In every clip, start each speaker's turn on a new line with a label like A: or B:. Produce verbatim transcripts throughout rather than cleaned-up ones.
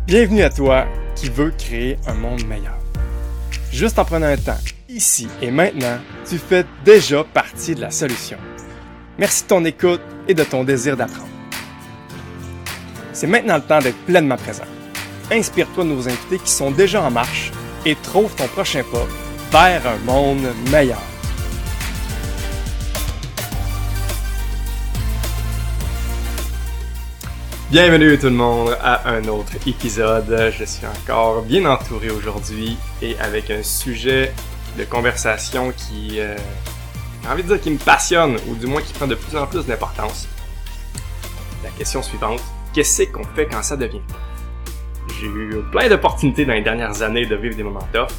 A: Bienvenue à toi qui veux créer un monde meilleur. Juste en prenant un temps, ici et maintenant, tu fais déjà partie de la solution. Merci de ton écoute et de ton désir d'apprendre. C'est maintenant le temps d'être pleinement présent. Inspire-toi de nos invités qui sont déjà en marche et trouve ton prochain pas vers un monde meilleur. Bienvenue tout le monde à un autre épisode. Je suis encore bien entouré aujourd'hui et avec un sujet de conversation qui, euh, j'ai envie de dire, qui me passionne ou du moins qui prend de plus en plus d'importance. La question suivante, qu'est-ce qu'on fait quand ça devient tough? J'ai eu plein d'opportunités dans les dernières années de vivre des moments tough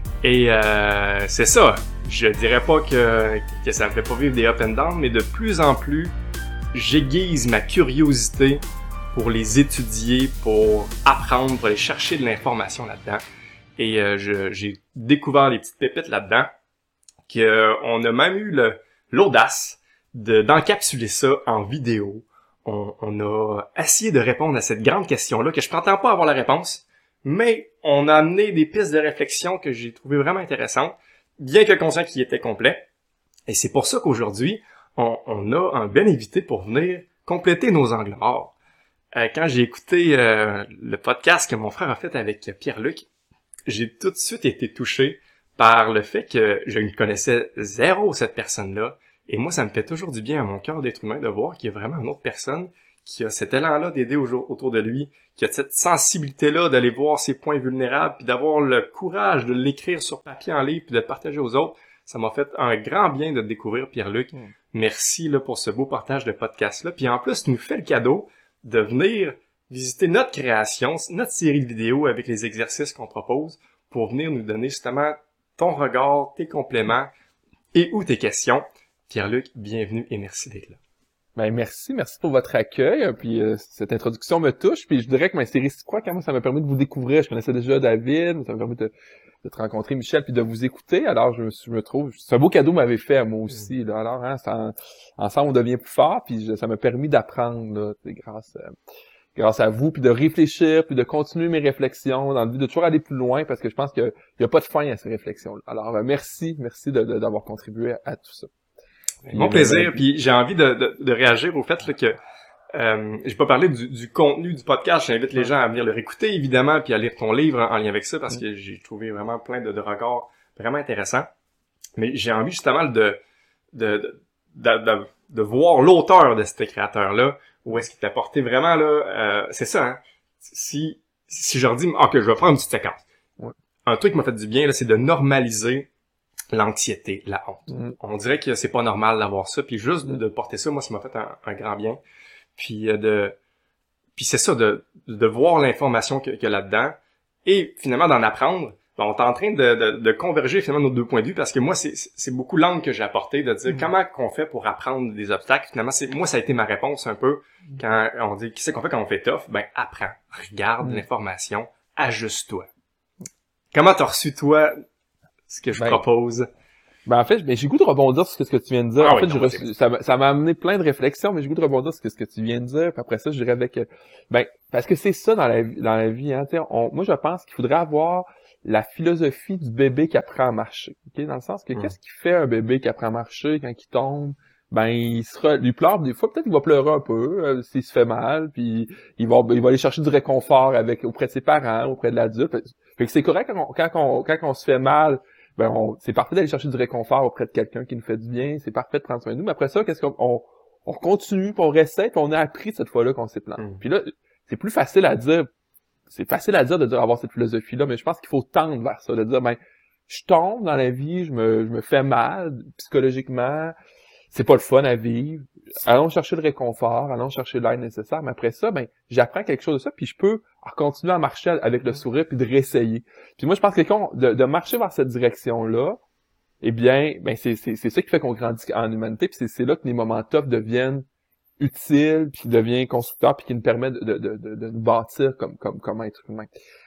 A: et euh, c'est ça. Je dirais pas que, que ça me fait pas vivre des up and down, mais de plus en plus, j'aiguise ma curiosité pour les étudier, pour apprendre, pour aller chercher de l'information là-dedans. Et euh, je, j'ai découvert des petites pépites là-dedans, qu'on euh, a même eu le, l'audace de, d'encapsuler ça en vidéo. On, on a essayé de répondre à cette grande question-là, que je prétends pas avoir la réponse, mais on a amené des pistes de réflexion que j'ai trouvées vraiment intéressantes, bien que conscient qu'il était complet. Et c'est pour ça qu'aujourd'hui, on, on a un bel invité pour venir compléter nos angles morts. Euh, quand j'ai écouté euh, le podcast que mon frère a fait avec Pierre-Luc, j'ai tout de suite été touché par le fait que je ne connaissais zéro cette personne-là. Et moi, ça me fait toujours du bien à mon cœur d'être humain de voir qu'il y a vraiment une autre personne qui a cet élan-là d'aider autour de lui, qui a cette sensibilité-là d'aller voir ses points vulnérables, puis d'avoir le courage de l'écrire sur papier en livre, puis de le partager aux autres. Ça m'a fait un grand bien de découvrir Pierre-Luc. Mm. Merci là pour ce beau partage de podcast-là. Puis en plus, tu nous fais le cadeau de venir visiter notre création, notre série de vidéos avec les exercices qu'on propose pour venir nous donner justement ton regard, tes compléments et ou tes questions. Pierre-Luc, bienvenue et merci d'être là.
B: Ben merci, merci pour votre accueil. Puis euh, cette introduction me touche. Puis je dirais que ma série C'est quoi, quand même, ça m'a permis de vous découvrir. Je connaissais déjà David, ça m'a permis de, de te rencontrer, Michel, puis de vous écouter. Alors je me, je me trouve, c'est un beau cadeau m'avait fait à moi aussi. Là. Alors hein, ça, ensemble on devient plus fort. Puis je, ça m'a permis d'apprendre là, grâce à, grâce à vous, puis de réfléchir, puis de continuer mes réflexions dans le but de toujours aller plus loin, parce que je pense qu'il n'y a pas de fin à ces réflexions-là. Alors euh, merci, merci de, de, d'avoir contribué à, à tout ça.
A: Mon puis, plaisir, euh, puis j'ai envie de, de, de réagir au fait là, que euh, j'ai pas parlé du, du contenu du podcast. J'invite les gens à venir le réécouter, évidemment, puis à lire ton livre en, en lien avec ça, parce que j'ai trouvé vraiment plein de, de regards vraiment intéressants. Mais j'ai envie justement de de, de, de, de, de voir l'auteur de ce créateur-là, où est-ce qu'il t'a apporté vraiment, là, euh, c'est ça, hein. Si, si je leur dis, ok, je vais prendre une petite séquence. Ouais. Un truc qui m'a fait du bien, là, c'est de normaliser l'anxiété, la honte. Mm. On dirait que c'est pas normal d'avoir ça, puis juste de, de porter ça, moi, ça m'a fait un, un grand bien. Puis euh, de, puis c'est ça, de, de voir l'information qu'il y a là-dedans, et finalement d'en apprendre. Ben, on est en train de, de, de converger finalement nos deux points de vue, parce que moi, c'est, c'est beaucoup l'angle que j'ai apporté, de dire mm. comment qu'on fait pour apprendre des obstacles. Finalement, c'est moi, ça a été ma réponse un peu, quand on dit, qu'est-ce qu'on fait quand on fait tough? Ben, apprends, regarde mm. l'information, ajuste-toi. Comment t'as reçu, toi, ce que je ben, propose?
B: Ben en fait, ben, j'ai le goût de rebondir sur ce que tu viens de dire.
A: Ah
B: en
A: oui,
B: fait,
A: non,
B: j'ai reçu, ça, m'a, ça m'a amené plein de réflexions, mais j'ai le goût de rebondir sur ce que tu viens de dire. Puis après ça, je dirais avec, ben parce que c'est ça dans la dans la vie. Hein, on, moi, je pense qu'il faudrait avoir la philosophie du bébé qui apprend à marcher. Okay? Dans le sens que mm. qu'est-ce qui fait un bébé qui apprend à marcher quand il tombe? Ben il sera, lui pleure des fois, peut-être qu'il va pleurer un peu euh, s'il se fait mal, puis il va il va aller chercher du réconfort avec auprès de ses parents, auprès de l'adulte. Fait que c'est correct quand on, quand on quand on se fait mal. Ben on, c'est parfait d'aller chercher du réconfort auprès de quelqu'un qui nous fait du bien, c'est parfait de prendre soin de nous, mais après ça, qu'est-ce qu'on on, on continue, puis on réessaie, puis on a appris cette fois-là qu'on s'est planté. Mm. Puis là, c'est plus facile à dire, c'est facile à dire de dire avoir cette philosophie-là, mais je pense qu'il faut tendre vers ça, de dire ben je tombe dans la vie, je me je me fais mal psychologiquement, c'est pas le fun à vivre. Allons chercher le réconfort, allons chercher l'aide nécessaire, mais après ça, ben j'apprends quelque chose de ça, puis je peux continuer à marcher avec le sourire puis de réessayer. Puis moi, je pense que quand de, de marcher vers cette direction-là, eh bien, ben c'est c'est c'est ça qui fait qu'on grandit en humanité, puis c'est c'est là que les moments tough deviennent utiles, puis deviennent constructeurs, puis qui nous permettent de de de, de nous bâtir comme comme comme être humain.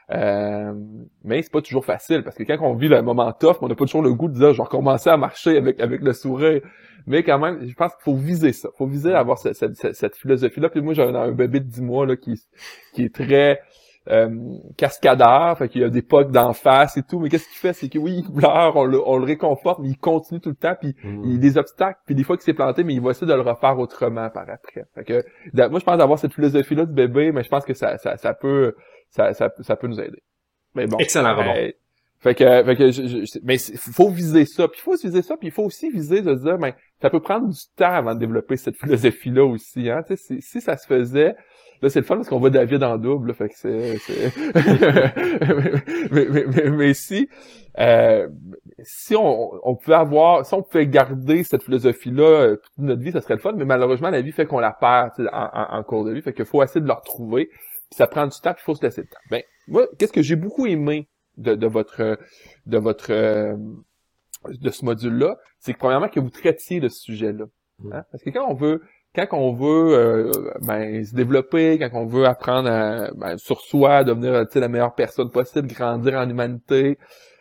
B: Euh, mais c'est pas toujours facile, parce que quand on vit le moment tough, on n'a pas toujours le goût de dire je vais recommencer à marcher avec avec le sourire. Mais quand même, je pense qu'il faut viser ça. Il faut viser à avoir cette, cette, cette philosophie-là. Puis moi, j'ai un, un bébé de dix mois là qui qui est très euh, cascadeur, fait qu'il y a des pocs d'en face et tout, mais qu'est-ce qu'il fait, c'est que oui, il pleure, on le, on le réconforte, mais il continue tout le temps, puis
A: Mm.
B: il y a des obstacles, puis des fois qu'il s'est planté, mais il va essayer de le refaire autrement par après. Fait que da- moi je pense d'avoir cette philosophie-là du bébé, mais je pense que ça ça, ça peut ça, ça ça peut nous aider. Mais bon.
A: Excellent rebond.
B: euh, fait que, fait que je, je- mais il faut viser ça, puis il faut viser ça, puis il faut aussi viser de se dire, ben, ça peut prendre du temps avant de développer cette philosophie-là aussi, hein, tu sais, si, si ça se faisait, là, c'est le fun parce qu'on voit David en double, là, fait que c'est, c'est... mais, mais, mais, mais si, euh, si on, on pouvait avoir, si on pouvait garder cette philosophie-là euh, toute notre vie, ça serait le fun, mais malheureusement, la vie fait qu'on la perd, tu sais, en, en, en cours de vie, fait qu'il faut essayer de la retrouver, puis ça prend du temps, puis il faut se laisser le temps. Ben, moi, qu'est-ce que j'ai beaucoup aimé de, de votre de votre euh, de ce module-là, c'est que premièrement que vous traitiez de ce sujet-là. Hein? Parce que quand on veut quand on veut euh, ben, se développer, quand on veut apprendre à, ben, sur soi, devenir la meilleure personne possible, grandir en humanité,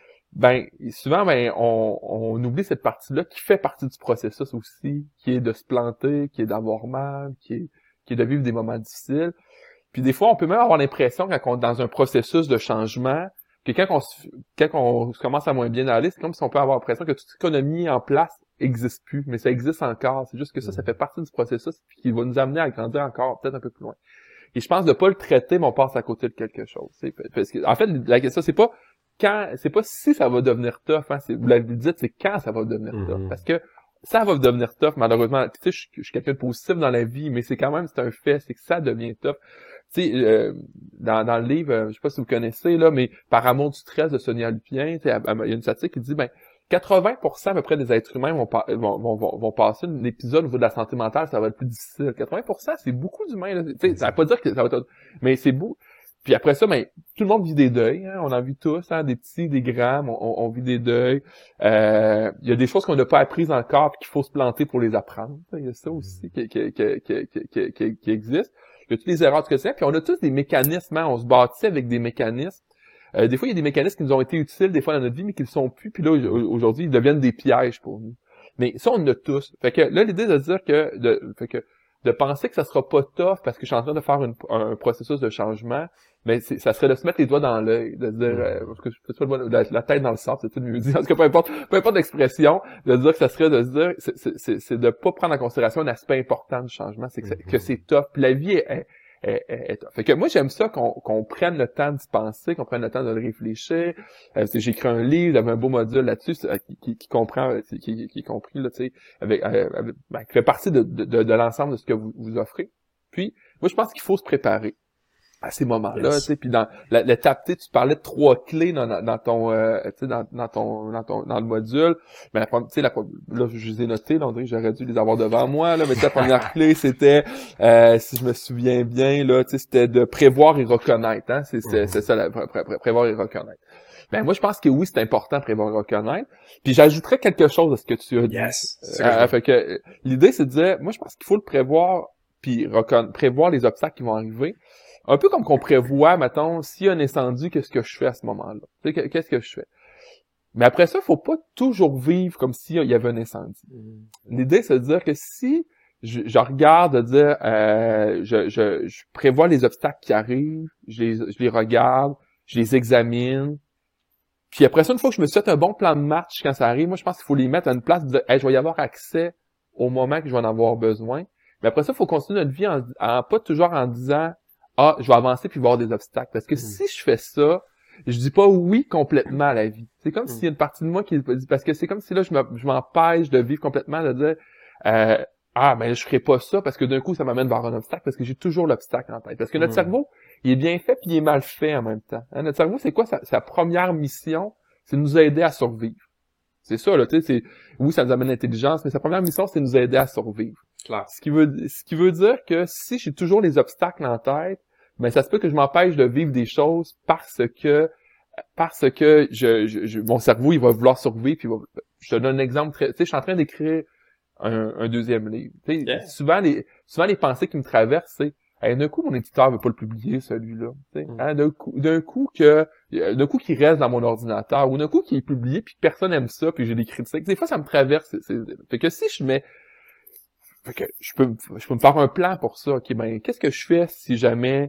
B: ben souvent ben on, on oublie cette partie-là qui fait partie du processus aussi, qui est de se planter, qui est d'avoir mal, qui est qui est de vivre des moments difficiles. Puis des fois, on peut même avoir l'impression quand on est dans un processus de changement, que quand on, se, quand on commence à moins bien aller, c'est comme si on peut avoir l'impression que toute ce qu'on a mis en place existe plus, mais ça existe encore. C'est juste que ça, ça fait partie du processus puis qui va nous amener à grandir encore, peut-être un peu plus loin. Et je pense de pas le traiter, mais on passe à côté de quelque chose. C'est, parce que, en fait, la question, c'est pas quand, c'est pas si ça va devenir tough, hein, c'est, vous l'avez dit, c'est quand ça va devenir mm-hmm. tough. Parce que ça va devenir tough, malheureusement. Tu sais, je, je suis quelqu'un de positif dans la vie, mais c'est quand même, c'est un fait, c'est que ça devient tough. Tu sais, euh, dans, dans le livre, euh, je sais pas si vous connaissez, là, mais Par amour du stress de Sonia Lupien, il y a une statistique qui dit, ben, quatre-vingts pour cent à peu près des êtres humains vont, vont, vont, vont passer un épisode au niveau de la santé mentale, ça va être plus difficile. quatre-vingts pour cent, c'est beaucoup d'humains, là. Tu sais, ça veut pas dire que ça va être, mais c'est beau. Puis après ça, ben, tout le monde vit des deuils, hein, on en vit tous, hein, des petits, des grands, on, on, on vit des deuils. Euh, il y a des choses qu'on n'a pas apprises encore, puis qu'il faut se planter pour les apprendre. Il y a ça aussi qui, qui, qui, qui, qui, qui, qui existe. Il y a toutes les erreurs du quotidien, puis on a tous des mécanismes, hein, on se bâtit avec des mécanismes. Euh, des fois, il y a des mécanismes qui nous ont été utiles des fois dans notre vie, mais qui ne le sont plus, puis là, aujourd'hui, ils deviennent des pièges pour nous. Mais ça, on en a tous. Fait que là, l'idée de dire que, de, fait que, de penser que ça sera pas tough parce que je suis en train de faire une, un processus de changement, mais c'est, ça serait de se mettre les doigts dans l'œil, de dire, euh, parce que je peux pas la, la tête dans le sable, c'est tout mieux dit. En tout cas, peu importe, peu importe l'expression, de dire que ça serait de se dire, c'est, c'est, c'est de pas prendre en considération un aspect important du changement, c'est que, c'est, que c'est tough. Puis la vie est, est, est, est tough. Fait que moi, j'aime ça qu'on, qu'on prenne le temps d'y penser, qu'on prenne le temps de le réfléchir. Euh, j'ai écrit un livre, j'avais un beau module là-dessus, qui, qui, qui comprend, qui, qui, qui est compris, là, tu sais, avec, avec ben, qui fait partie de, de, de, de l'ensemble de ce que vous, vous offrez. Puis, moi, je pense qu'il faut se préparer à ces moments-là, yes. Tu sais, puis dans l'étape, tu parlais de trois clés dans, dans ton, euh, tu sais, dans, dans ton, dans ton, dans le module. Mais la première, tu sais, là, je les ai notés, là, on dirait que j'aurais dû les avoir devant moi, là, mais la première clé, c'était, euh, si je me souviens bien, là, tu sais, c'était de prévoir et reconnaître, hein, c'est, c'est, c'est ça, la, pré, pré, prévoir et reconnaître. Ben, moi, je pense que oui, c'est important de prévoir et reconnaître. Puis j'ajouterais quelque chose à ce que tu as dit.
A: Yes.
B: Euh, euh, fait que, l'idée, c'est de dire, moi, je pense qu'il faut le prévoir, puis reconna- prévoir les obstacles qui vont arriver. Un peu comme qu'on prévoit, mettons, s'il y a un incendie, qu'est-ce que je fais à ce moment-là? Tu sais, qu'est-ce que je fais? Mais après ça, il faut pas toujours vivre comme s'il y avait un incendie. Mm. L'idée, c'est de dire que si je, je regarde, de dire, euh, je, je, je prévois les obstacles qui arrivent, je les, je les regarde, je les examine, puis après ça, une fois que je me suis fait un bon plan de match quand ça arrive, moi, je pense qu'il faut les mettre à une place de dire, hey, je vais y avoir accès au moment que je vais en avoir besoin. Mais après ça, il faut continuer notre vie en, en pas toujours en disant, ah, je vais avancer puis voir des obstacles. Parce que mmh. si je fais ça, je dis pas oui complètement à la vie. C'est comme mmh. s'il y a une partie de moi qui dit, parce que c'est comme si là, je, me, je m'empêche de vivre complètement, de dire, euh, ah, ben, je ferai pas ça parce que d'un coup, ça m'amène vers un obstacle parce que j'ai toujours l'obstacle en tête. Parce que notre mmh. cerveau, il est bien fait puis il est mal fait en même temps. Hein? Notre cerveau, c'est quoi sa, sa première mission? C'est de nous aider à survivre. C'est ça, là, tu sais, c'est, oui, ça nous amène l'intelligence, mais sa première mission, c'est de nous aider à survivre.
A: Clair.
B: Ce qui veut, ce qui veut dire que si j'ai toujours les obstacles en tête, ben, ça se peut que je m'empêche de vivre des choses parce que, parce que je, je, je mon cerveau, il va vouloir survivre puis il va, je te donne un exemple très, tu sais, je suis en train d'écrire un, un deuxième livre. Tu sais, yeah. souvent les, souvent les pensées qui me traversent, c'est, hey, d'un coup, mon éditeur veut pas le publier, celui-là. Tu sais, mm. hein, d'un coup, d'un coup que, d'un coup qu'il reste dans mon ordinateur, ou d'un coup qu'il est publié, puis que personne aime ça, puis j'ai des critiques. Des fois, ça me traverse. C'est, c'est... Fait que si je mets, fait que je peux, je peux me faire un plan pour ça. Ok, ben, qu'est-ce que je fais si jamais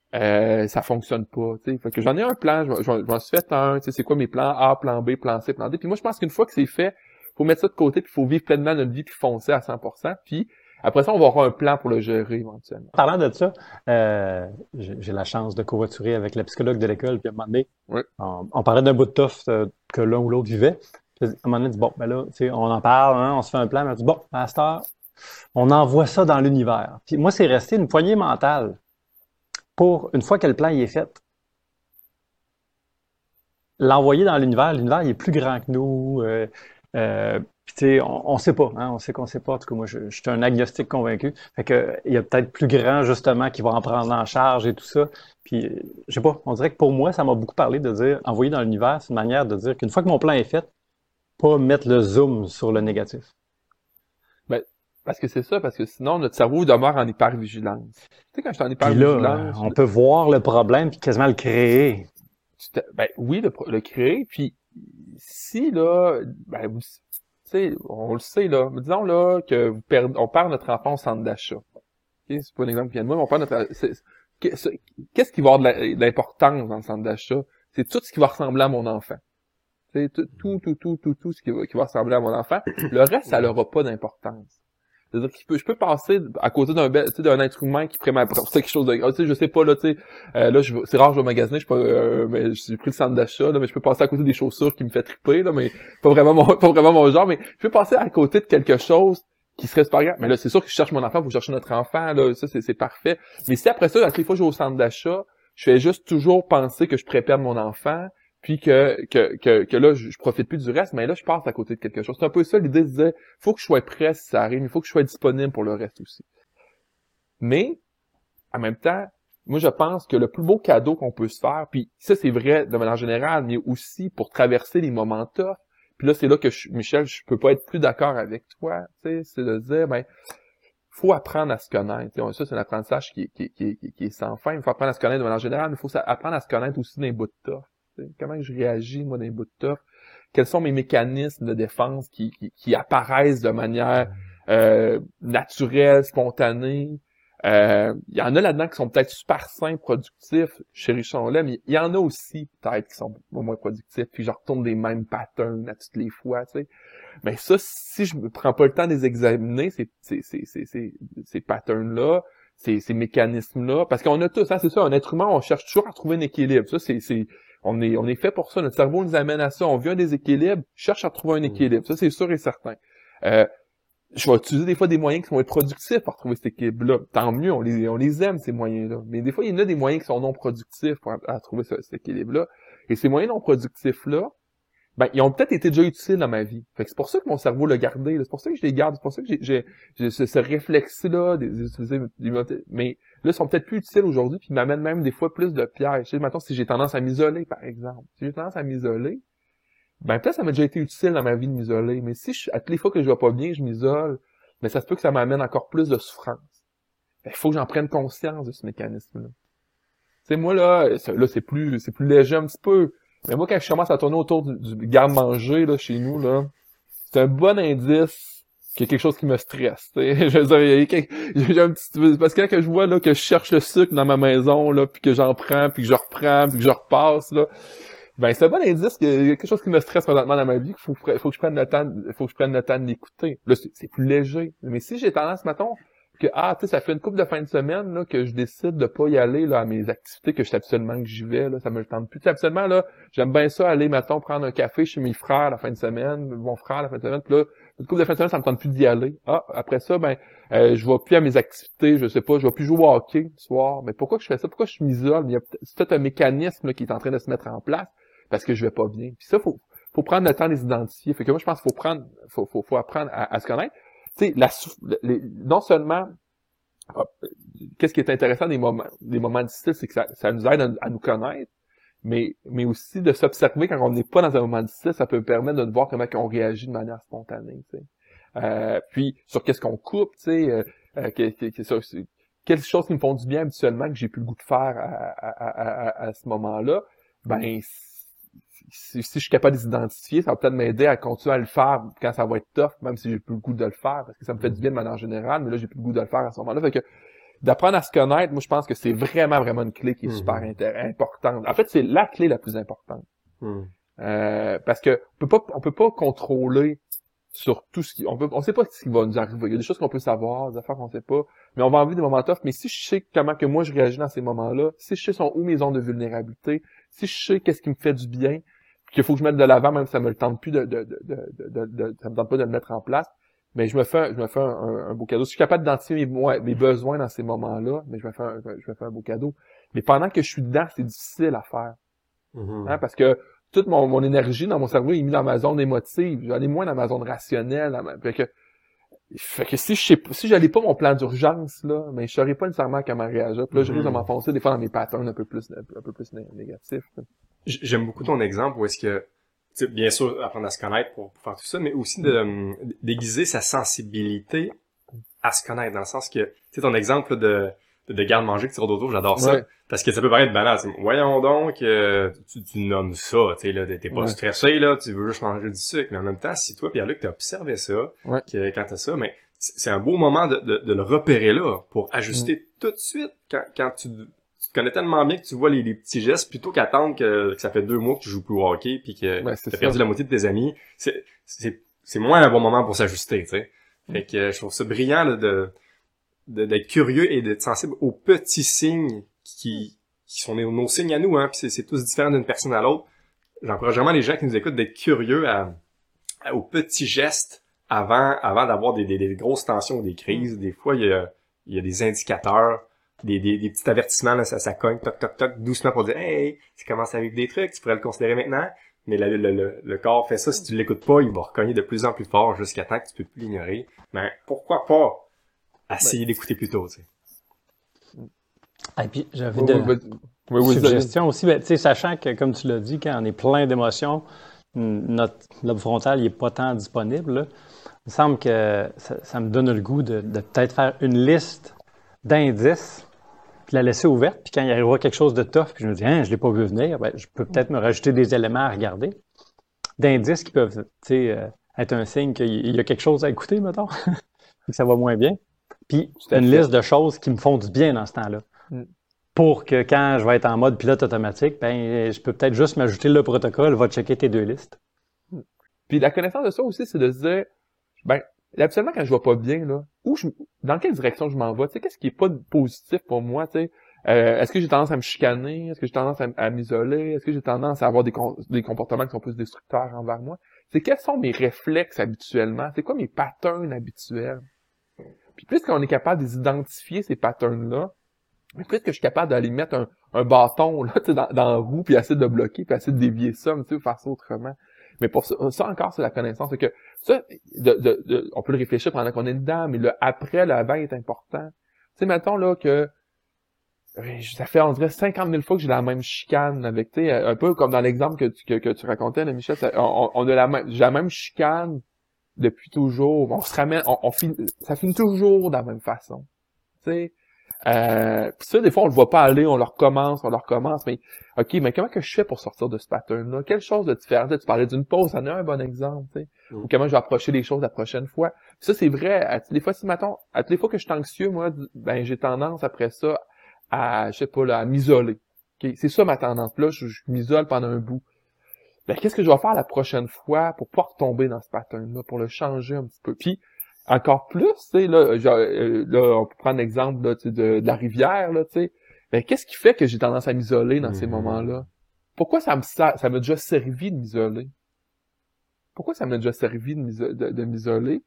B: euh, ça fonctionne pas, tu sais. Fait que j'en ai un plan, je, je, je m'en suis fait un, tu sais, c'est quoi mes plans A, plan B, plan C, plan D. Puis moi, je pense qu'une fois que c'est fait, faut mettre ça de côté, puis faut vivre pleinement notre vie, puis foncer à cent pour cent. Puis après ça, on va avoir un plan pour le gérer éventuellement.
C: Parlant de ça, euh, j'ai j'ai la chance de covoiturer avec la psychologue de l'école, puis à un moment donné,
B: Oui.
C: on, on parlait d'un bout de toffe euh, que l'un ou l'autre vivait. Puis à un moment donné, on dit, bon, ben là, tu sais, on en parle, hein, on se fait un plan, mais on dit, bon, à cette heure, on envoie ça dans l'univers. Puis moi, c'est resté une poignée mentale pour, une fois que le plan y est fait, l'envoyer dans l'univers. L'univers, il est plus grand que nous. Euh, euh, puis tu sais, on, on sait pas, hein, on sait qu'on sait pas. En tout cas, moi, je, je suis un agnostique convaincu. Fait que il y a peut-être plus grand justement qui va en prendre en charge et tout ça. Puis je sais pas, on dirait que pour moi, ça m'a beaucoup parlé de dire envoyer dans l'univers, c'est une manière de dire qu'une fois que mon plan est fait, pas mettre le zoom sur le négatif.
B: Ben, parce que c'est ça, parce que sinon, notre cerveau demeure en hypervigilance. Tu sais, quand je suis en
C: Puis là,
B: hypervigilance...
C: on peut voir le problème puis quasiment le créer.
B: tu te- ben oui, le, pro- le créer, puis si, là, ben, vous, tu sais, on le sait, là, mais disons, là, que vous perdez, on perd notre enfant au centre d'achat. Ok, c'est pas un exemple qui vient de moi, mais on perd notre, c'est- c'est- qu'est- qu'est-ce qui va avoir de la- de l'importance dans le centre d'achat? C'est tout ce qui va ressembler à mon enfant. C'est tout, tout, tout, tout, tout, tout ce qui va, qui va ressembler à mon enfant. Le reste, ça n'aura pas d'importance. C'est-à-dire que je peux, je peux passer à côté d'un bel, tu sais, d'un être humain qui ferait ma propre, quelque chose de, tu sais, je sais pas, là, tu sais, euh, là, je, vais- c'est rare, je vais magasiner, je suis pas, euh, mais j'ai pris le centre d'achat, là, mais je peux passer à côté des chaussures qui me fait triper, là, mais pas vraiment mon, pas vraiment mon genre, mais je peux passer à côté de quelque chose qui serait super grave. Mais là, c'est sûr que je cherche mon enfant, faut chercher notre enfant, là, ça, c'est, c'est parfait. Mais si après ça, à toutes les fois que je vais au centre d'achat, je fais juste toujours penser que je pourrais perdre mon enfant, puis que, que, que, que là, je, je profite plus du reste, mais là, je passe à côté de quelque chose. C'est un peu ça, l'idée de dire, faut que je sois prêt si ça arrive, il faut que je sois disponible pour le reste aussi. Mais, en même temps, moi, je pense que le plus beau cadeau qu'on peut se faire, puis ça, c'est vrai de manière générale, mais aussi pour traverser les moments tough, puis là, c'est là que, je, Michel, je peux pas être plus d'accord avec toi, tu sais, c'est de dire, ben, faut apprendre à se connaître. Tu sais, ça, c'est un apprentissage qui, qui, qui, qui, qui est sans fin. Il faut apprendre à se connaître de manière générale, mais il faut apprendre à se connaître aussi dans les bouts de tough. Comment je réagis, moi, dans les bouts de tough? Quels sont mes mécanismes de défense qui, qui, qui apparaissent de manière euh, naturelle, spontanée? Euh, il y en a là-dedans qui sont peut-être super sains, productifs, chérissons-les, mais il y en a aussi peut-être qui sont moins productifs, puis je retourne des mêmes patterns à toutes les fois, tu sais. Mais ça, si je me prends pas le temps de les examiner, ces, ces, ces, ces, ces, ces patterns-là, ces, ces mécanismes-là, parce qu'on a tous, hein, c'est ça, un être humain, on cherche toujours à trouver un équilibre. Ça, c'est, c'est, on est, on est fait pour ça. Notre cerveau nous amène à ça. On vit un déséquilibre, cherche à trouver un équilibre. Ça, c'est sûr et certain. Euh, je vais utiliser des fois des moyens qui vont être productifs pour trouver cet équilibre-là. Tant mieux, on les, on les aime, ces moyens-là. Mais des fois, il y en a des moyens qui sont non productifs pour à trouver ce, cet équilibre-là. Et ces moyens non productifs-là, ben, ils ont peut-être été déjà utiles dans ma vie. Fait que c'est pour ça que mon cerveau l'a gardé, là. C'est pour ça que je les garde. C'est pour ça que j'ai, j'ai, j'ai ce, ce réflexe-là, des, des, des, mais là, ils sont peut-être plus utiles aujourd'hui, puis ils m'amènent même des fois plus de pièges. Tu sais, maintenant, si j'ai tendance à m'isoler, par exemple. Si j'ai tendance à m'isoler, ben peut-être ça m'a déjà été utile dans ma vie de m'isoler. Mais si je, à toutes les fois que je vais pas bien, je m'isole, ben ça se peut que ça m'amène encore plus de souffrance. Il faut que j'en prenne conscience de ce mécanisme-là. Tu sais, moi, là, ça, là, c'est plus, c'est plus léger un petit peu. Mais moi, quand je commence à tourner autour du, du garde-manger, là, chez nous, là, c'est un bon indice qu'il y a quelque chose qui me stresse, tu sais. Je veux dire, il y a quelque, j'ai un petit, parce que quand je vois, là, que je cherche le sucre dans ma maison, là, puis que j'en prends, puis que je reprends, puis que je repasse, là, ben, c'est un bon indice qu'il y a quelque chose qui me stresse présentement dans ma vie, qu'il faut, faut que je prenne le temps, faut que je prenne le temps de l'écouter. Là, c'est, c'est plus léger. Mais si j'ai tendance, mettons, que, ah, tu sais, ça fait une couple de fin de semaine, là, que je décide de pas y aller, là, à mes activités, que je sais absolument que j'y vais, là, ça me le tente plus. Tu sais, absolument, là, j'aime bien ça, aller, mettons, prendre un café chez mes frères la fin de semaine, mon frère la fin de semaine, puis là, une couple de fin de semaine, ça me tente plus d'y aller. Ah, après ça, ben, euh, je vais plus à mes activités, je sais pas, je vais plus jouer au hockey le soir. Mais pourquoi que je fais ça? Pourquoi je m'isole? Il y a c'est peut-être un mécanisme, là, qui est en train de se mettre en place, parce que je vais pas bien. Puis ça, faut, faut prendre le temps de les identifier. Fait que moi, je pense qu'il faut prendre, faut, faut, faut apprendre à, à se connaître. Tu sais, la, les, non seulement, qu'est-ce qui est intéressant des moments, des moments difficiles, c'est que ça, ça nous aide à, à nous connaître, mais, mais aussi de s'observer quand on n'est pas dans un moment difficile, ça peut permettre de voir comment on réagit de manière spontanée, tu sais. Euh, puis, sur qu'est-ce qu'on coupe, tu sais, euh, euh, que, que, que, sur, quelles choses qui me font du bien habituellement que j'ai plus le goût de faire à, à, à, à, à ce moment-là, ben, si, si je suis capable de les identifier, ça va peut-être m'aider à continuer à le faire quand ça va être tough, même si j'ai plus le goût de le faire, parce que ça me fait du bien de manière générale, mais là, j'ai plus le goût de le faire à ce moment-là. Fait que d'apprendre à se connaître, moi, je pense que c'est vraiment, vraiment une clé qui est
A: Mm-hmm.
B: super inter- importante. En fait, c'est la clé la plus importante.
A: Mm.
B: Euh, parce que on peut pas, on peut pas contrôler sur tout ce qui, on peut, on sait pas ce qui va nous arriver. Il y a des choses qu'on peut savoir, des affaires qu'on sait pas, mais on va en vivre des moments tough. Mais si je sais comment que moi je réagis dans ces moments-là, si je sais sont où mes zones de vulnérabilité, si je sais qu'est-ce qui me fait du bien, qu'il faut que je mette de l'avant, même si ça me le tente plus de, de, de, de, de, de ça me tente pas de le mettre en place, mais je me fais, je me fais un, un, un beau cadeau. Si je suis capable d'identifier mes, moi, mes besoins dans ces moments-là, mais je me fais un, je me fais un beau cadeau. Mais pendant que je suis dedans, c'est difficile à faire.
A: Mm-hmm.
B: Hein, parce que toute mon, mon énergie dans mon cerveau est mise dans ma zone émotive. J'en ai moins dans ma zone rationnelle. Dans ma... Fait que, fait que si je sais pas, si j'allais pas mon plan d'urgence, là, mais je saurais pas nécessairement comment réagir. Puis là, je risque de m'enfoncer des fois dans mes patterns un peu plus, un peu plus né- négatifs.
A: J- J'aime beaucoup ton exemple où est-ce que, tu sais, bien sûr, apprendre à se connaître pour, pour faire tout ça, mais aussi de, hum, d'aiguiser sa sensibilité à se connaître, dans le sens que, tu sais, ton exemple là, de, de, de garde-manger que tu d'auto, j'adore ça.
B: Ouais.
A: Parce que ça peut paraître banal. C'est, voyons donc, euh, tu, tu nommes ça, tu sais, là, t'es pas
B: Ouais.
A: stressé, là, tu veux juste manger du sucre. Mais en même temps, si toi, Pierre-Luc, t'as observé ça,
B: Ouais.
A: que quand t'as ça, mais c'est c'est un beau moment de, de, de le repérer là, pour ajuster tout de suite quand, quand tu, tu te connais tellement bien que tu vois les, les petits gestes, plutôt qu'attendre que, que ça fait deux mois que tu joues plus au hockey puis que
B: Ouais, c'est
A: t'as
B: ça.
A: perdu la moitié de tes amis. C'est, c'est, c'est moins un bon moment pour s'ajuster, tu sais. Fait que euh, je trouve ça brillant là, de, de, d'être curieux et d'être sensible aux petits signes qui, qui sont nos, nos signes à nous, hein, puis c'est, c'est tous différents d'une personne à l'autre. J'encourage vraiment les gens qui nous écoutent d'être curieux à, à- aux petits gestes avant, avant d'avoir des, des, des grosses tensions ou des crises. Des fois, il y a, il y a des indicateurs, des, des, des petits avertissements, là, ça, ça cogne, toc, toc, toc, doucement pour dire, hey, tu commences à vivre des trucs, tu pourrais le considérer maintenant. Mais le, le, le, le corps fait ça, si tu l'écoutes pas, il va recogner de plus en plus fort jusqu'à temps que tu peux plus l'ignorer. Mais pourquoi pas essayer d'écouter plus tôt, tu sais.
C: Et puis, j'avais
B: Oui,
C: de
B: oui, vas-y. Oui, oui,
C: suggestions aussi, ben, tu sais, sachant que, comme tu l'as dit, quand on est plein d'émotions, n- notre lobe frontal, il est pas tant disponible, là. Il me semble que ça, ça me donne le goût de, de peut-être faire une liste d'indices, puis la laisser ouverte, puis quand il arrivera quelque chose de tough, puis je me dis, hein, je l'ai pas vu venir, ben, je peux peut-être me rajouter des éléments à regarder, d'indices qui peuvent, tu sais, euh, être un signe qu'il y a quelque chose à écouter, mettons, que ça va moins bien. Puis
B: Tout à
C: une
B: fait.
C: liste de choses qui me font du bien dans ce temps-là.
B: Mm.
C: Pour que quand je vais être en mode pilote automatique, ben, je peux peut-être juste m'ajouter le protocole, va checker tes deux listes.
B: Puis la connaissance de ça aussi, c'est de se dire, ben, absolument quand je vais pas bien, là, où je, dans quelle direction je m'en vais, tu sais, qu'est-ce qui est pas positif pour moi, tu sais, euh, est-ce que j'ai tendance à me chicaner, est-ce que j'ai tendance à, m- à m'isoler, est-ce que j'ai tendance à avoir des, con- des comportements qui sont plus destructeurs envers moi, c'est quels sont mes réflexes habituellement, c'est quoi mes patterns habituels. Puis puisqu'on est capable d'identifier ces patterns-là, mais plus que je suis capable d'aller mettre un, un bâton là, tu sais, dans, dans la roue, puis essayer de le bloquer, puis essayer de dévier ça, tu sais, faire ça autrement. Mais pour ça, ça encore, c'est la connaissance. C'est que ça, de, de, de- on peut le réfléchir pendant qu'on est dedans, mais le après, le avant est important. Tu sais, mettons là que euh, ça fait, on dirait, cinquante mille fois que j'ai la même chicane avec, tu sais, un peu comme dans l'exemple que tu, que, que tu racontais, là, Michel, ça- on, on a la même, j'ai la même chicane depuis toujours. On se ramène, on, on finit, ça finit toujours de la même façon. Tu sais. Euh, pis ça, des fois, on le voit pas aller, on le recommence, on le recommence, mais OK, mais comment que je fais pour sortir de ce pattern-là? Quelle chose de différent? Tu parlais d'une pause, ça en est un bon exemple, tu sais.
A: Mm.
B: Ou comment je vais approcher les choses la prochaine fois. Pis ça, c'est vrai, à toutes les fois, si, mettons, à toutes les fois que je suis anxieux, moi, ben, j'ai tendance, après ça, à, je sais pas, là, à m'isoler. OK? C'est ça ma tendance. Puis là, je, je m'isole pendant un bout. Ben, qu'est-ce que je vais faire la prochaine fois pour pas retomber dans ce pattern-là, pour le changer un petit peu? Puis, encore plus, tu sais, là, genre, euh, là, on peut prendre l'exemple là, tu sais, de, de la rivière, là, tu sais. Ben, qu'est-ce qui fait que j'ai tendance à m'isoler dans ces
A: Mhm.
B: moments-là? Pourquoi ça me sa- ça m'a déjà servi de m'isoler? Pourquoi ça m'a déjà servi de, m'iso- de, de m'isoler?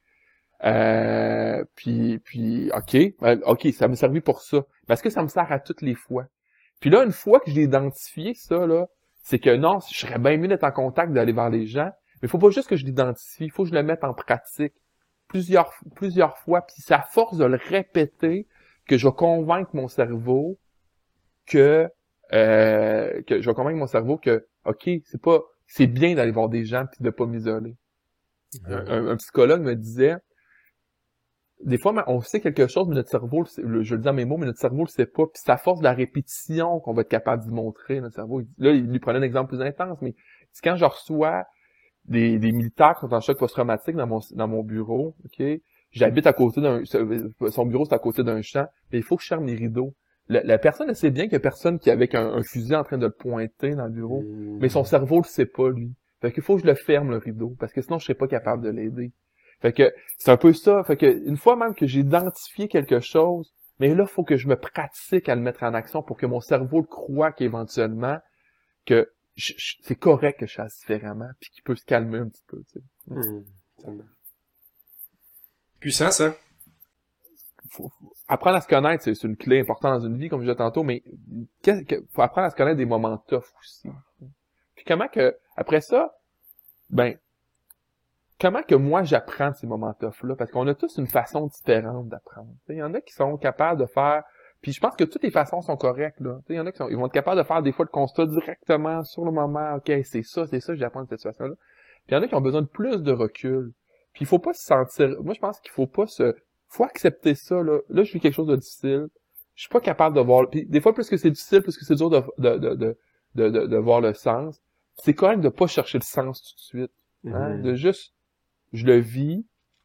B: Euh, puis, puis, OK, euh, OK, ça m'a servi pour ça. Mais est-ce que ça me sert à toutes les fois? Puis là, une fois que j'ai identifié ça, là, c'est que non, je serais bien mieux d'être en contact, d'aller vers les gens, mais il faut pas juste que je l'identifie, il faut que je le mette en pratique plusieurs, plusieurs fois, puis c'est à force de le répéter que je vais convaincre mon cerveau que, euh, que je vais convaincre mon cerveau que, OK, c'est pas, c'est bien d'aller voir des gens puis de pas m'isoler. Un, un- un psychologue me disait, des fois, on sait quelque chose, mais notre cerveau, le- je le dis dans mes mots, mais notre cerveau le sait pas, puis c'est à force de la répétition qu'on va être capable d'y montrer, notre cerveau. Là, il lui prenait un exemple plus intense, mais c'est quand je reçois des, des militaires qui sont en choc post-traumatique dans mon, dans mon bureau, OK? j'habite à côté d'un, son bureau c'est à côté d'un champ, mais il faut que je ferme les rideaux. La, la personne, elle sait bien qu'il y a personne qui est avec un, un fusil en train de le pointer dans le bureau, mmh. mais son cerveau le sait pas, lui. Fait qu'il faut que je le ferme, le rideau, parce que sinon je serais pas capable de l'aider. Fait que c'est un peu ça. Fait que une fois même que j'ai identifié quelque chose, mais là, il faut que je me pratique à le mettre en action pour que mon cerveau le croie qu'éventuellement, que je, je, c'est correct que je fasse différemment, puis qu'il peut se calmer un petit peu, tu sais.
A: Mmh. Puissant, ça.
B: Faut, faut apprendre à se connaître, c'est, c'est une clé importante dans une vie, comme je disais tantôt, mais que, que, faut apprendre à se connaître des moments tough aussi. Puis comment que, après ça, ben, comment que moi j'apprends de ces moments tough-là? Parce qu'on a tous une façon différente d'apprendre. Il y en a qui sont capables de faire, puis je pense que toutes les façons sont correctes, là. Il y en a qui sont, ils vont être capables de faire des fois le constat directement sur le moment, ok, c'est ça, c'est ça, j'apprends de cette situation-là. Puis il y en a qui ont besoin de plus de recul. Puis il faut pas se sentir, moi je pense qu'il faut pas se, faut accepter ça, là. Là, je vis quelque chose de difficile. Je suis pas capable de voir, puis des fois, plus que c'est difficile, plus que c'est dur de, de, de, de, de, de, de voir le sens. C'est correct de pas chercher le sens tout de suite. Hein? Mm-hmm. De juste, je le vis,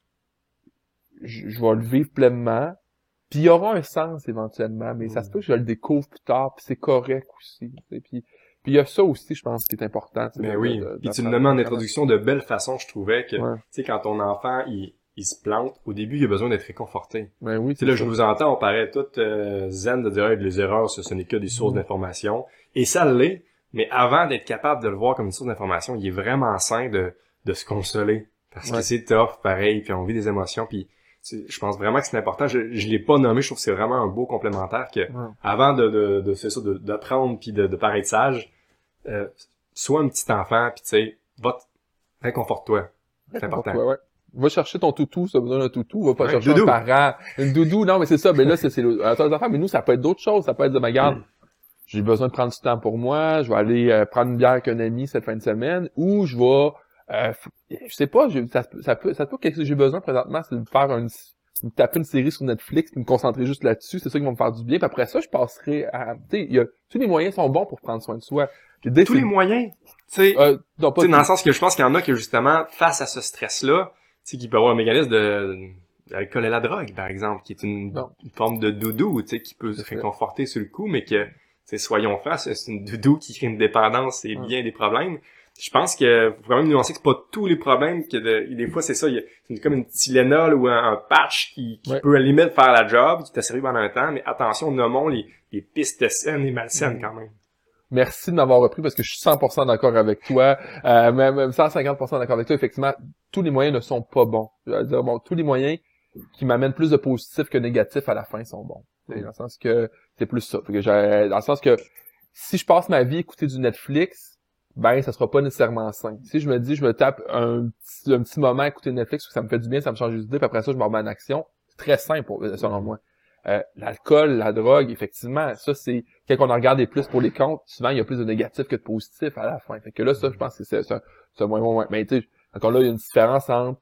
B: je, je vais le vivre pleinement, puis il y aura un sens éventuellement, mais mm-hmm. ça se peut que je le découvre plus tard, puis c'est correct aussi. Puis, puis il y a ça aussi, je pense, qui est important.
A: Mais
B: de,
A: oui,
B: de, de,
A: puis tu le nommais en introduction de belle façon, je trouvais que,
B: ouais.
A: tu sais, quand ton enfant, il il se plante, au début, il a besoin d'être réconforté.
B: Ben oui.
A: Tu sais, là, je vous entends, on paraît tout euh, zen de dire, hey, les erreurs, ce, ce n'est que des sources mmh. d'information. Et ça l'est, mais avant d'être capable de le voir comme une source d'information, il est vraiment sain de, de se consoler. Parce ouais. que c'est tough, pareil, puis on vit des émotions, puis je pense vraiment que c'est important. Je, je l'ai pas nommé, je trouve que c'est vraiment un beau complémentaire que, ouais. avant de, de, de, c'est ça, de, d'apprendre puis de, de paraître sage, euh, sois un petit enfant, puis tu sais, va t- réconforte-toi. C'est important.
B: Ouais. Va chercher ton toutou, ça besoin d'un toutou, va pas
A: ouais,
B: chercher
A: doudou.
B: un parent. Une doudou, non, mais c'est ça, mais là, c'est, c'est, attends, les enfants, mais nous, ça peut être d'autres choses, ça peut être de, ma garde, mm. j'ai besoin de prendre du temps pour moi, je vais aller euh, prendre une bière avec un ami cette fin de semaine, ou je vais, euh, je sais pas, je, ça, ça peut, ça peut, quelque chose que j'ai besoin présentement, c'est de faire une, de taper une série sur Netflix, puis me concentrer juste là-dessus, c'est ça qui va me faire du bien, puis après ça, je passerai à, tu sais, il y a, tous les moyens sont bons pour prendre soin de soi.
A: L'idée, tous les moyens, tu sais,
B: euh, non, pas
A: dans le sens que je pense qu'il y en a qui, justement, face à ce stress-là, tu sais, qui peut avoir un mécanisme de l'alcool et la drogue, par exemple, qui est une, une forme de doudou, tu sais, qui peut se réconforter sur le coup, mais que, tu sais, soyons francs, c'est une doudou qui crée une dépendance et bien des problèmes. Je pense que faut quand même nuancer que c'est pas tous les problèmes, que de, des fois, c'est ça, il y a c'est comme une Tylenol ou un, un patch qui, qui ouais. peut à la limite faire la job, qui t'a servi pendant un temps, mais attention, nommons les, les pistes saines et malsaines mmh. quand même.
B: Merci de m'avoir repris parce que je suis cent pour cent d'accord avec toi, euh, même cent cinquante pour cent d'accord avec toi. Effectivement, tous les moyens ne sont pas bons. Je veux dire, bon, tous les moyens qui m'amènent plus de positifs que négatifs à la fin sont bons. Mmh. Dans le sens que c'est plus ça. Que j'ai, dans le sens que si je passe ma vie à écouter du Netflix, ben ça sera pas nécessairement sain. Si je me dis je me tape un petit, un petit moment à écouter Netflix, ça me fait du bien, ça me change les idées, puis après ça je me remets en action, c'est très simple selon moi. Euh, l'alcool, la drogue, effectivement, ça c'est quand on en regarde des plus pour les comptes, souvent il y a plus de négatifs que de positifs à la fin. Fait que là, ça, je pense que c'est c'est, c'est un moins moins. Mais tu sais, encore là, il y a une différence entre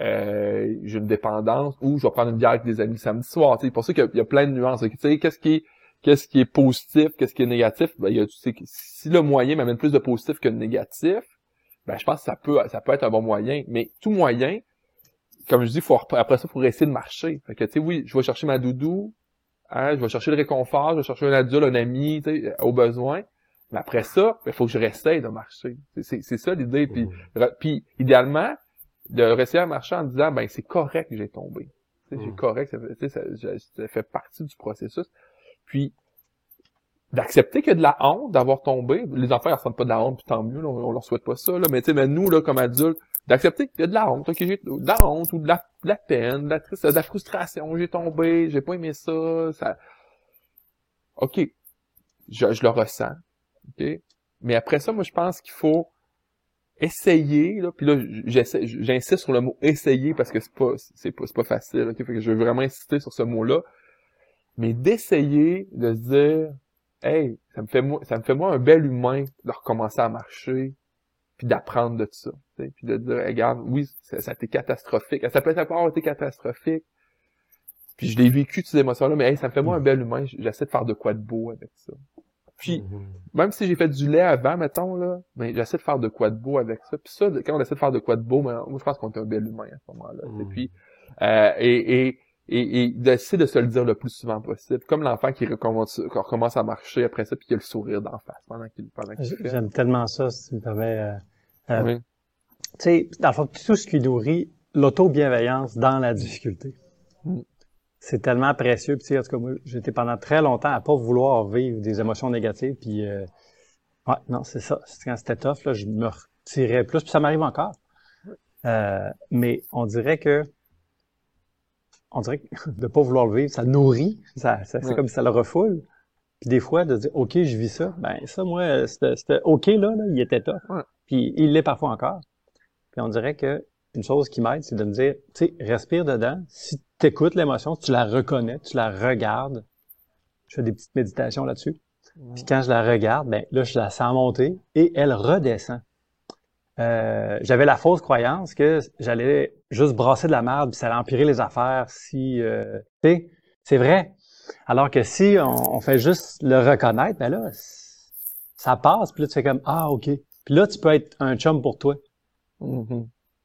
B: euh, j'ai une dépendance ou je vais prendre une bière avec des amis le samedi soir. Tu sais, pour ça qu'il y a, il y a plein de nuances. Tu sais, qu'est-ce qui est qu'est-ce qui est positif, qu'est-ce qui est négatif? Ben, il y a, tu sais, si le moyen m'amène plus de positif que de négatif, ben je pense que ça peut ça peut être un bon moyen. Mais tout moyen, comme je dis, faut après ça, faut essayer de marcher. Fait que, tu sais, oui, je vais chercher ma doudou, hein, je vais chercher le réconfort, je vais chercher un adulte, un ami, tu sais, au besoin. Mais après ça, il faut que je réessaye de marcher. C'est, c'est, c'est ça l'idée. Puis, mmh. puis, idéalement, de réessayer à marcher en disant, ben, c'est correct que j'ai tombé. Tu sais, mmh. c'est correct, ça, tu sais, ça, ça fait partie du processus. Puis, d'accepter qu'il y a de la honte d'avoir tombé. Les enfants, ils ressentent pas de la honte, puis tant mieux, là, on, on leur souhaite pas ça, là. Mais tu sais, mais nous, là, comme adultes, d'accepter qu'il y a de la honte, ok, j'ai de la honte, ou de la, de la peine, de la tristesse, de la frustration, j'ai tombé, j'ai pas aimé ça, ça, ok, je, je le ressens, ok, mais après ça, moi, je pense qu'il faut essayer, là, puis là, j'essaie, j'insiste sur le mot essayer parce que c'est pas, c'est pas, c'est pas facile, ok, fait que je veux vraiment insister sur ce mot-là, mais d'essayer de se dire, hey, ça me fait moi, ça me fait moi un bel humain de recommencer à marcher, puis d'apprendre de ça, t'sais, puis de dire, regarde, oui, ça, ça a été catastrophique, ça peut être avoir été catastrophique, puis je l'ai vécu, ces émotions-là, mais hey, ça me fait moi un bel humain, j'essaie de faire de quoi de beau avec ça. Puis, mm-hmm. même si j'ai fait du lait avant, mettons, là, ben, j'essaie de faire de quoi de beau avec ça, puis ça, quand on essaie de faire de quoi de beau, ben, moi, je pense qu'on est un bel humain à ce moment-là, mm-hmm. puis, Euh, et, et, et, et d'essayer de se le dire le plus souvent possible. Comme l'enfant qui recommence, qui recommence à marcher après ça, puis qui a le sourire d'en face pendant qu'il pendant qu'il fait.
C: J'aime tellement ça, si tu me permets. Euh, euh,
B: Oui.
C: Tu sais, dans le fond, tout ce qui nourrit l'auto-bienveillance dans la difficulté.
B: Mm.
C: C'est tellement précieux. Puis, tu sais, en tout cas, moi, j'étais pendant très longtemps à pas vouloir vivre des émotions négatives. Puis, euh, ouais, non, c'est ça. Quand c'était tough, là, je me retirais plus. Puis ça m'arrive encore. Euh, mais on dirait que on dirait que de pas vouloir le vivre, ça le nourrit. Ça, ça, c'est
B: Ouais.
C: comme si ça le refoule. Puis des fois, de dire, OK, je vis ça. Ben, ça, moi, c'était, c'était OK, là, là, il était tough.
B: Ouais.
C: Puis il l'est parfois encore. Puis on dirait que une chose qui m'aide, c'est de me dire, tu sais, respire dedans. Si tu écoutes l'émotion, tu la reconnais, tu la regardes. Je fais des petites méditations là-dessus.
B: Ouais.
C: Puis quand je la regarde, ben là, je la sens monter et elle redescend. Euh, j'avais la fausse croyance que j'allais juste brasser de la merde puis ça allait empirer les affaires si, euh, tu sais, c'est vrai. Alors que si on, on fait juste le reconnaître, ben là, ça passe. Puis là, tu fais comme, ah, OK. Puis là, tu peux être un chum pour toi.
B: Mm-hmm.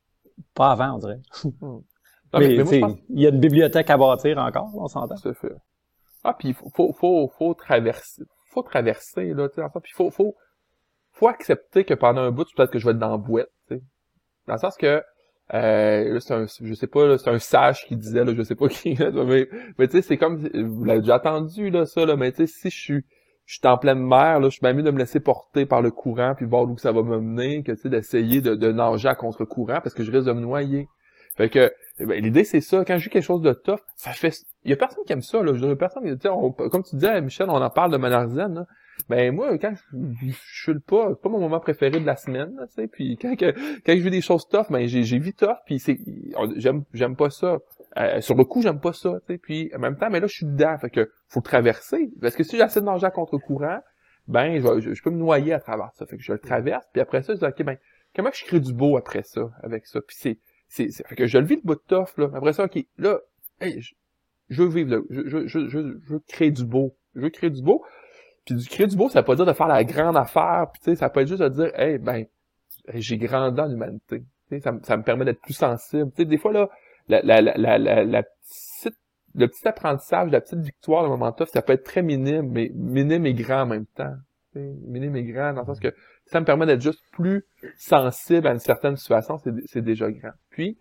C: Pas avant, on dirait.
B: Mm.
C: mais
B: mais, mais moi,
C: tu sais,
B: je pense...
C: il y a une bibliothèque à bâtir encore, on s'entend.
B: Tout à fait. Ah, puis il faut, faut, faut, faut traverser, faut traverser, là, tu sais, en fait, puis faut, faut, faut accepter que pendant un bout, peut-être que je vais être dans la boîte, tu sais. Dans le sens que, euh, là, c'est un, je sais pas, là, c'est un sage qui disait, là, je sais pas qui, là, mais, mais tu sais, c'est comme, vous l'avez déjà entendu, là, ça, là, mais tu sais, si je suis, je suis en pleine mer, là, je suis bien mieux de me laisser porter par le courant puis voir où ça va me mener que, tu sais, d'essayer de, de nager à contre-courant parce que je risque de me noyer. Fait que, ben, l'idée, c'est ça. Quand je vis quelque chose de tough, ça fait, il y a personne qui aime ça, là. Je dirais personne, tu sais, on, comme tu disais, Michel, on en parle de manière zen, là. Ben, moi, quand je, je suis le pas, c'est pas mon moment préféré de la semaine, là, tu sais. Puis quand, que, quand je vis des choses tough, ben, j'ai, j'ai vu tough puis c'est, j'aime, j'aime pas ça. Euh, sur le coup, j'aime pas ça, tu sais. Puis, en même temps, mais là, je suis dedans. Fait que, faut le traverser. Parce que si j'essaie de nager à contre-courant, ben, je, je, je peux me noyer à travers ça. Fait que je le traverse. Puis après ça, je dis, OK, ben, comment je crée du beau après ça, avec ça? Puis c'est, c'est, c'est, fait que je le vis le bout de tough, là. Après ça, OK, là, hey, je, je veux vivre, là. Je, je, je, je, je veux créer du beau. Je veux créer du beau. Puis du créer du beau, ça veut pas dire de faire la grande affaire. Puis tu sais, ça peut être juste de dire, hey, ben, j'ai grandi en humanité. Tu sais, ça, ça me permet d'être plus sensible. Tu sais, des fois, là, la, la, la, la, la, la petite, le petit apprentissage, la petite victoire, le moment tough, ça peut être très minime, mais minime et grand en même temps. Tu sais, minime et grand, dans le sens que ça me permet d'être juste plus sensible à une certaine situation, c'est, c'est déjà grand. Puis,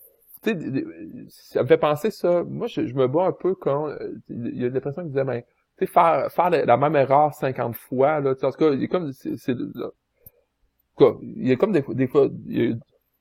B: tu sais, ça me fait penser ça. Moi, je, je me bats un peu quand il y a des personnes qui disaient, ben, tu sais, faire, faire la même erreur cinquante fois, là, tu sais, en tout cas, il y a comme, c'est, c'est là, quoi, il y a comme des, des fois, il y a,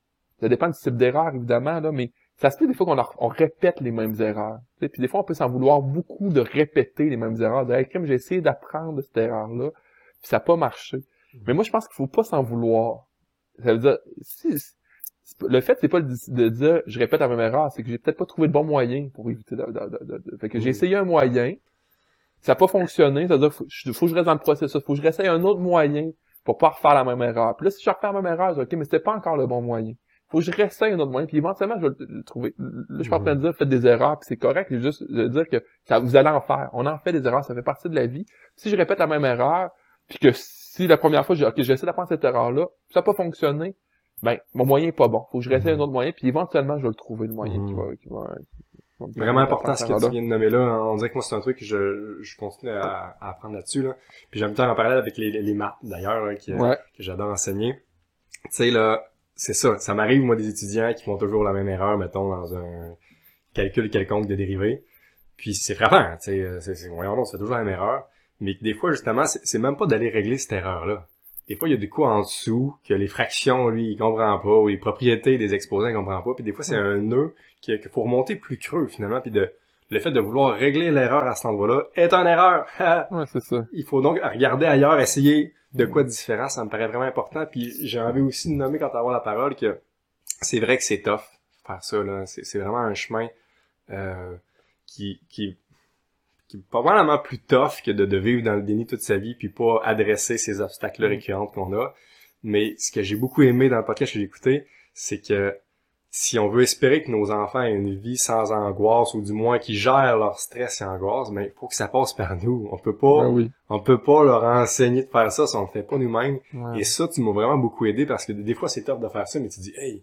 B: ça dépend du type d'erreur, évidemment, là, mais ça se peut des fois qu'on on répète les mêmes erreurs. Tu sais, puis des fois, on peut s'en vouloir beaucoup de répéter les mêmes erreurs. De, hey, comme j'ai essayé d'apprendre de cette erreur-là, puis ça n'a pas marché. Mm-hmm. Mais moi, je pense qu'il faut pas s'en vouloir. Ça veut dire, si, si, le fait, c'est pas de, de dire, je répète la même erreur, c'est que j'ai peut-être pas trouvé le bon moyen pour éviter de, de, de, de, de. Fait que j'ai essayé un moyen, ça n'a pas fonctionné, c'est-à-dire, faut, faut que je reste dans le processus, faut que je réessaye un autre moyen pour pas refaire la même erreur. Puis là, si je refais la même erreur, je dis, OK, mais c'était pas encore le bon moyen. Faut que je réessaye un autre moyen, puis éventuellement, je vais le trouver. Là, je suis pas en train de dire, faites des erreurs, puis c'est correct, c'est juste de dire que ça, vous allez en faire. On en fait des erreurs, ça fait partie de la vie. Si je répète la même erreur, puis que si la première fois, je dis, OK, j'essaie d'apprendre cette erreur-là, puis ça n'a pas fonctionné, ben, mon moyen est pas bon. Faut que je réessaye un autre moyen, puis éventuellement, je vais le trouver, le moyen qui va, qui va, qui va
A: Vraiment important ce que tu viens de nommer là. On dirait que moi, c'est un truc que je, je continue à, à apprendre là-dessus, là. Puis j'aime bien en parler avec les, les maths, d'ailleurs, là, qui,
B: ouais.
A: que j'adore enseigner. Tu sais, là, c'est ça. Ça m'arrive, moi, des étudiants qui font toujours la même erreur, mettons, dans un calcul quelconque de dérivée. Puis c'est frappant, tu sais. C'est, c'est, voyons donc, c'est toujours la même erreur. Mais des fois, justement, c'est, c'est même pas d'aller régler cette erreur-là. Des fois, il y a des coups en dessous que les fractions, lui, il comprend pas, ou les propriétés des exposants, il comprend pas. Puis des fois, c'est un nœud qu'il faut remonter plus creux, finalement. Puis de le fait de vouloir régler l'erreur à cet endroit-là est une erreur.
B: Ouais, c'est ça.
A: Il faut donc regarder ailleurs, essayer de quoi de différent. Ça me paraît vraiment important. Puis j'ai envie aussi de nommer, quand t'as la parole, que c'est vrai que c'est tough faire ça, là. C'est, c'est vraiment un chemin euh, qui... qui qui est probablement plus tough que de, de vivre dans le déni toute sa vie puis pas adresser ces obstacles-là récurrents qu'on a. Mais ce que j'ai beaucoup aimé dans le podcast que j'ai écouté, c'est que si on veut espérer que nos enfants aient une vie sans angoisse ou du moins qu'ils gèrent leur stress et angoisse, ben, il faut que ça passe par nous. On peut pas,
B: ben oui.
A: on peut pas leur enseigner de faire ça si on le fait pas nous-mêmes.
B: Ouais.
A: Et ça, tu m'as vraiment beaucoup aidé parce que des fois c'est tough de faire ça, mais tu dis, hey,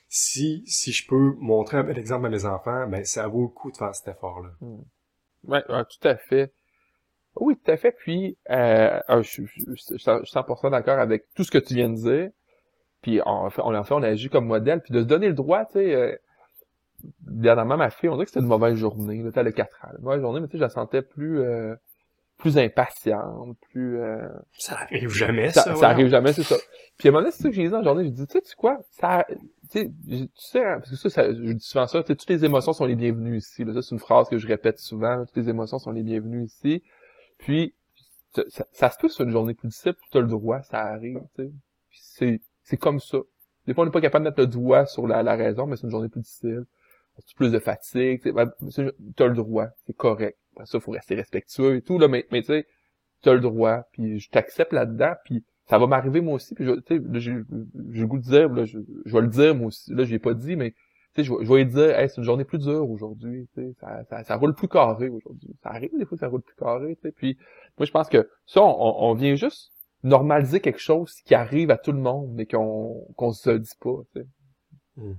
A: si, si je peux montrer un bel exemple à mes enfants, ben, ça vaut le coup de faire cet effort-là.
B: Mm. Ouais, ouais, tout à fait. Oui, tout à fait. Puis, euh, je, je, je, je suis cent pour cent d'accord avec tout ce que tu viens de dire. Puis, on, on, en fait, on agit comme modèle. Puis, de se donner le droit, tu sais, euh, dernièrement, ma fille, on dirait que c'était une mauvaise journée. Là, elle a quatre ans. Une mauvaise journée, mais tu sais, je la sentais plus, euh, plus impatiente, plus... Euh,
A: ça arrive jamais,
B: ça.
A: Ça,
B: ça arrive jamais, c'est ça. Puis, à un moment donné, c'est ça que j'ai dit dans la journée. Je dis, tu sais, tu sais quoi? Ça... Tu sais, tu sais, hein, parce que ça, ça, je dis souvent ça, tu sais, toutes les émotions sont les bienvenues ici. Là. Ça, c'est une phrase que je répète souvent. Là, toutes les émotions sont les bienvenues ici. Puis, ça, ça, ça se peut sur une journée plus difficile, tu as le droit, ça arrive, tu sais. Puis c'est, c'est comme ça. Des fois, on n'est pas capable de mettre le doigt sur la, la raison, mais c'est une journée plus difficile. Tu as plus de fatigue, tu sais. Tu as le droit, c'est correct. Après ça, il faut rester respectueux et tout, là, mais, mais tu sais, tu as le droit, puis je t'accepte là-dedans, puis ça va m'arriver moi aussi, puis je, tu sais, j'ai, j'ai le goût de dire, là, je, je vais le dire moi aussi, là, je l'ai pas dit, mais tu sais, je, je vais lui dire, hey, c'est une journée plus dure aujourd'hui, tu sais, ça, ça, ça roule plus carré aujourd'hui. Ça arrive des fois, ça roule plus carré, tu sais, puis moi, je pense que ça, on, on vient juste normaliser quelque chose qui arrive à tout le monde, mais qu'on, qu'on se dit pas, tu sais. Mm.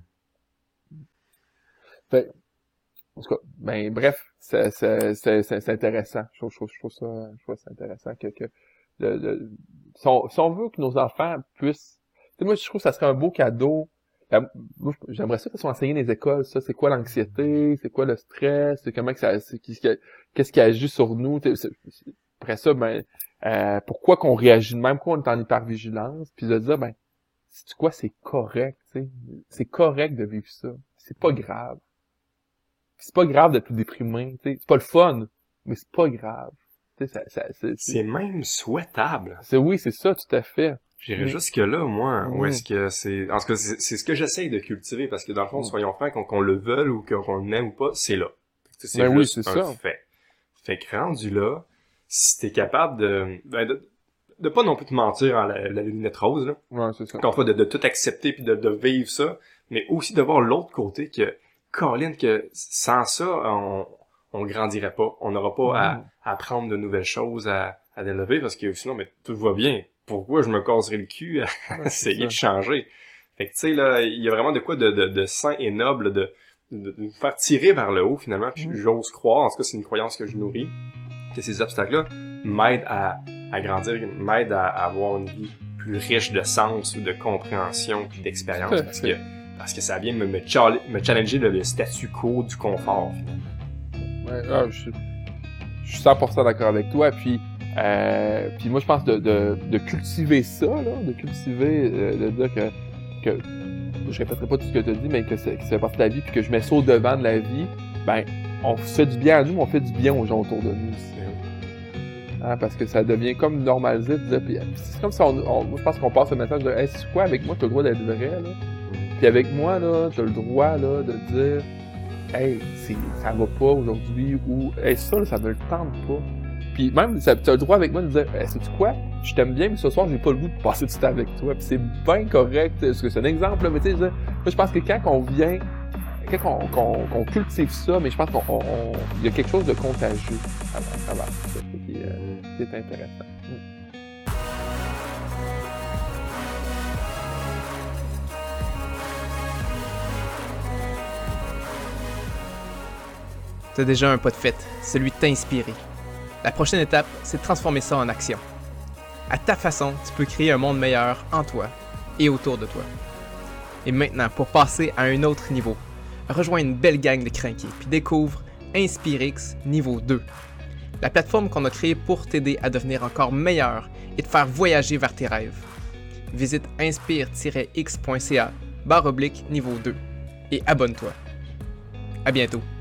B: Fait, en tout cas, ben, bref, c'est, c'est, c'est, c'est, c'est intéressant. Je trouve, je trouve, je trouve ça, je trouve ça intéressant que, que, de, de, si on, si on veut que nos enfants puissent, tu sais, moi, je trouve que ça serait un beau cadeau. Moi, j'aimerais ça que ça soit enseigné dans les écoles, ça, c'est quoi l'anxiété, c'est quoi le stress, c'est comment que ça, c'est, qu'est-ce qui agit sur nous, c'est, c'est, après ça, ben, euh, pourquoi qu'on réagit de même, pourquoi on est en hypervigilance, puis de dire, ben, c'est quoi, c'est correct, tu sais, c'est correct de vivre ça, c'est pas grave. C'est pas grave d'être déprimé, tu sais, c'est pas le fun, mais c'est pas grave. Tu sais, ça, ça, c'est, c'est...
A: c'est même souhaitable.
B: C'est, oui, c'est ça, tout à fait.
A: J'irais jusque-là, moi, mmh. où est-ce que c'est... En tout cas, c'est, c'est ce que j'essaye de cultiver, parce que dans le fond, mmh. soyons francs, qu'on, qu'on le veuille ou qu'on l'aime ou pas, c'est là. Tu sais, c'est
B: ben
A: juste
B: oui, c'est
A: un
B: ça.
A: fait. Fait que rendu là, si t'es capable de... Ben de, de pas non plus te mentir en la, la lunette rose, là.
B: Ouais, c'est ça.
A: Encore une fois, de, de tout accepter puis de, de vivre ça, mais aussi de voir l'autre côté que, Colin, que sans ça, on, on grandirait pas. On n'aura pas mmh. à, à apprendre de nouvelles choses, à, à développer, parce que sinon, mais tout va bien. Pourquoi je me casserais le cul à ouais, essayer de changer? Fait que tu sais, là, il y a vraiment de quoi de, de, de sain et noble de, de, de nous faire tirer vers le haut, finalement. Puis mmh. j'ose croire, en tout cas, c'est une croyance que je nourris, que ces obstacles-là m'aident à, à grandir, m'aident à, à avoir une vie plus riche de sens ou de compréhension puis d'expérience, parce que parce que ça vient me, me, chal- me challenger le, le statu quo du confort, finalement.
B: Ouais, ah, je, je suis cent pour cent d'accord avec toi, puis Euh, puis moi, je pense de, de, de cultiver ça, là, de cultiver, euh, de dire que, que je répéterai pas tout ce que tu as dit, mais que c'est, que c'est partie de la vie, puis que je mets ça au devant de la vie, ben, on fait du bien à nous, mais on fait du bien aux gens autour de nous aussi. Hein, parce que ça devient comme normalisé de dire, puis c'est comme si on, on moi, je pense qu'on passe le message de, hey, c'est quoi, avec moi, t'as le droit d'être vrai, là. Puis avec moi, là, t'as le droit, là, de dire, hey, c'est, ça va pas aujourd'hui, ou, hey, ça, là, ça me le tente pas. Puis même, tu as le droit avec moi de dire, hey, sais-tu quoi? Je t'aime bien, mais ce soir, j'ai pas le goût de passer du temps avec toi. Puis c'est bien correct. Parce que c'est un exemple, là, mais tu sais, moi, je pense que quand on vient, quand on, qu'on, qu'on cultive ça, mais je pense qu'on, on, on, il y a quelque chose de contagieux à travers ça, qui, euh, qui est intéressant. Mm.
D: T'as déjà un pas de fait, celui de t'inspirer. La prochaine étape, c'est de transformer ça en action. À ta façon, tu peux créer un monde meilleur en toi et autour de toi. Et maintenant, pour passer à un autre niveau, rejoins une belle gang de crinqués puis découvre InspireX niveau deux. La plateforme qu'on a créée pour t'aider à devenir encore meilleur et te faire voyager vers tes rêves. Visite inspire-x.ca barre oblique niveau deux et abonne-toi. À bientôt.